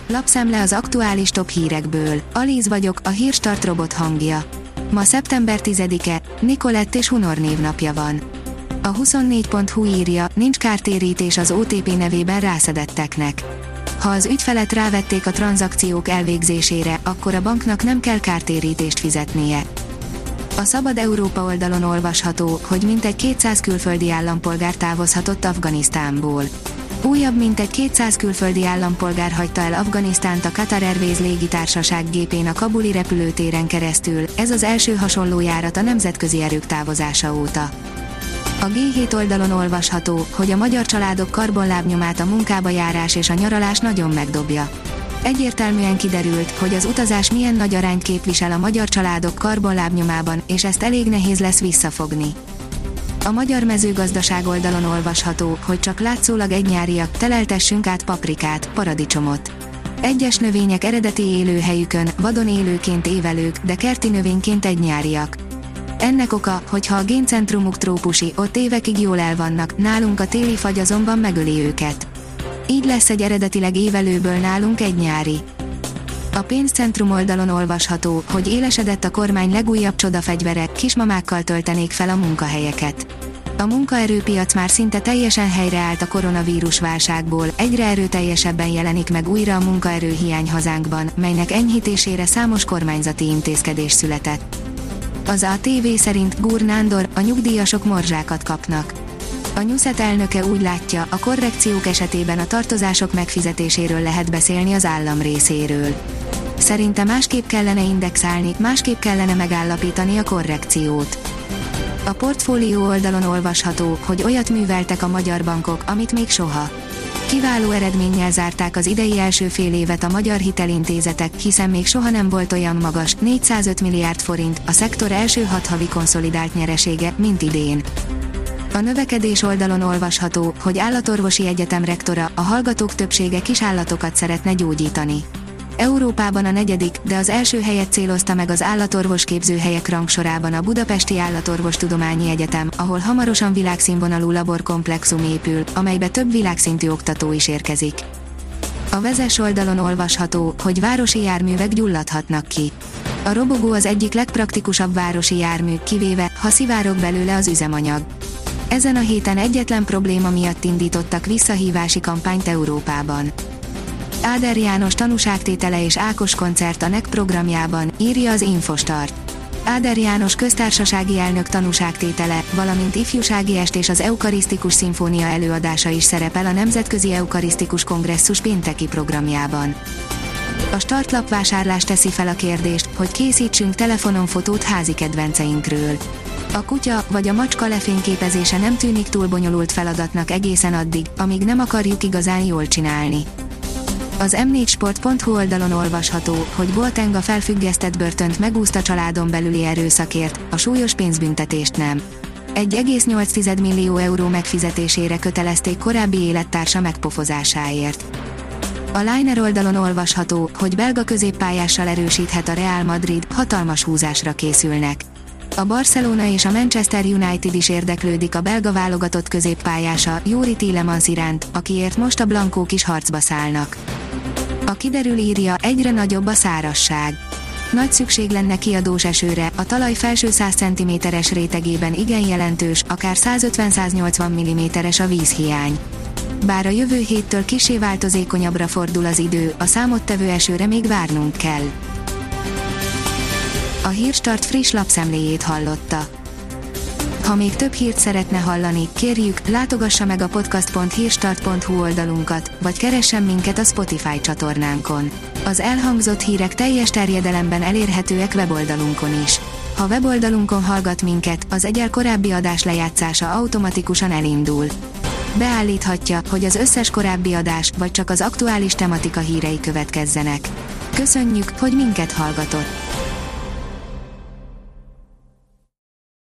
Lapszemle az aktuális top hírekből. Alíz vagyok, a Hírstart robot hangja. Ma szeptember 10-e, Nikolett és Hunor névnapja van. A 24.hu írja, nincs kártérítés az OTP nevében rászettetteknek. Ha az ügyfelet rávették a tranzakciók elvégzésére, akkor a banknak nem kell kártérítést fizetnie. A Szabad Európa oldalon olvasható, hogy mintegy 200 külföldi állampolgár távozhatott Afganisztánból. Újabb mintegy 200 külföldi állampolgár hagyta el Afganisztánt a Qatar Airways légitársaság gépén a kabuli repülőtéren keresztül, ez az első hasonló járat a nemzetközi erők távozása óta. A G7 oldalon olvasható, hogy a magyar családok karbonlábnyomát a munkába járás és a nyaralás nagyon megdobja. Egyértelműen kiderült, hogy az utazás milyen nagy arányt képvisel a magyar családok karbonlábnyomában, és ezt elég nehéz lesz visszafogni. A Magyar Mezőgazdaság oldalon olvasható, hogy csak látszólag egynyáriak, teleltessünk át paprikát, paradicsomot. Egyes növények eredeti élőhelyükön, vadon élőként évelők, de kerti növényként egynyáriak. Ennek oka, hogy ha a géncentrumuk trópusi, ott évekig jól el vannak, nálunk a téli fagy azonban megöli őket. Így lesz egy eredetileg évelőből nálunk egynyári. A Pénzcentrum oldalon olvasható, hogy élesedett a kormány legújabb csodafegyvere, kismamákkal töltenék fel a munkahelyeket. A munkaerőpiac már szinte teljesen helyreállt a koronavírus válságból, egyre erőteljesebben jelenik meg újra a munkaerőhiány hazánkban, melynek enyhítésére számos kormányzati intézkedés született. Az ATV szerint Gúr Nándor, a nyugdíjasok morzsákat kapnak. A Nyuszet elnöke úgy látja, a korrekciók esetében a tartozások megfizetéséről lehet beszélni az állam részéről. Szerinte másképp kellene indexálni, másképp kellene megállapítani a korrekciót. A portfólió oldalon olvasható, hogy olyat műveltek a magyar bankok, amit még soha. Kiváló eredménnyel zárták az idei első fél évet a magyar hitelintézetek, hiszen még soha nem volt olyan magas, 405 milliárd forint, a szektor első 6 havi konszolidált nyeresége, mint idén. A növekedés oldalon olvasható, hogy állatorvosi egyetem rektora, a hallgatók többsége kisállatokat szeretne gyógyítani. Európában a 4., de az első helyet célozta meg az állatorvos képzőhelyek rangsorában a Budapesti Állatorvostudományi Egyetem, ahol hamarosan világszínvonalú laborkomplexum épül, amelybe több világszintű oktató is érkezik. A Vezes oldalon olvasható, hogy városi járművek gyulladhatnak ki. A robogó az egyik legpraktikusabb városi jármű, kivéve, ha szivárog belőle az üzemanyag. Ezen a héten egyetlen probléma miatt indítottak visszahívási kampányt Európában. Áder János tanúságtétele és Ákos koncert a NEK programjában, írja az Infostart. Áder János köztársasági elnök tanúságtétele, valamint ifjúsági est és az eukarisztikus szimfónia előadása is szerepel a Nemzetközi Eukarisztikus Kongresszus pénteki programjában. A startlap vásárlás teszi fel a kérdést, hogy készítsünk telefonon fotót házi kedvenceinkről. A kutya vagy a macska lefényképezése nem tűnik túl bonyolult feladatnak egészen addig, amíg nem akarjuk igazán jól csinálni. Az m4sport.hu oldalon olvasható, hogy Boateng a felfüggesztett börtönt megúszta családon belüli erőszakért, a súlyos pénzbüntetést nem. 1,8 millió euró megfizetésére kötelezték korábbi élettársa megpofozásáért. A Liner oldalon olvasható, hogy belga középpályással erősíthet a Real Madrid, hatalmas húzásra készülnek. A Barcelona és a Manchester United is érdeklődik a belga válogatott középpályása, Juri Tielemans iránt, akiért most a blankók is harcba szállnak. A Kiderül írja, egyre nagyobb a szárazság. Nagy szükség lenne kiadós esőre, a talaj felső 100 cm-es rétegében igen jelentős, akár 150-180 mm-es a vízhiány. Bár a jövő héttől kissé változékonyabbra fordul az idő, a számottevő esőre még várnunk kell. A Hírstart friss lapszemléjét hallotta. Ha még több hírt szeretne hallani, kérjük, látogassa meg a podcast.hírstart.hu oldalunkat, vagy keressen minket a Spotify csatornánkon. Az elhangzott hírek teljes terjedelemben elérhetőek weboldalunkon is. Ha weboldalunkon hallgat minket, az egyel korábbi adás lejátszása automatikusan elindul. Beállíthatja, hogy az összes korábbi adás, vagy csak az aktuális tematika hírei következzenek. Köszönjük, hogy minket hallgatott!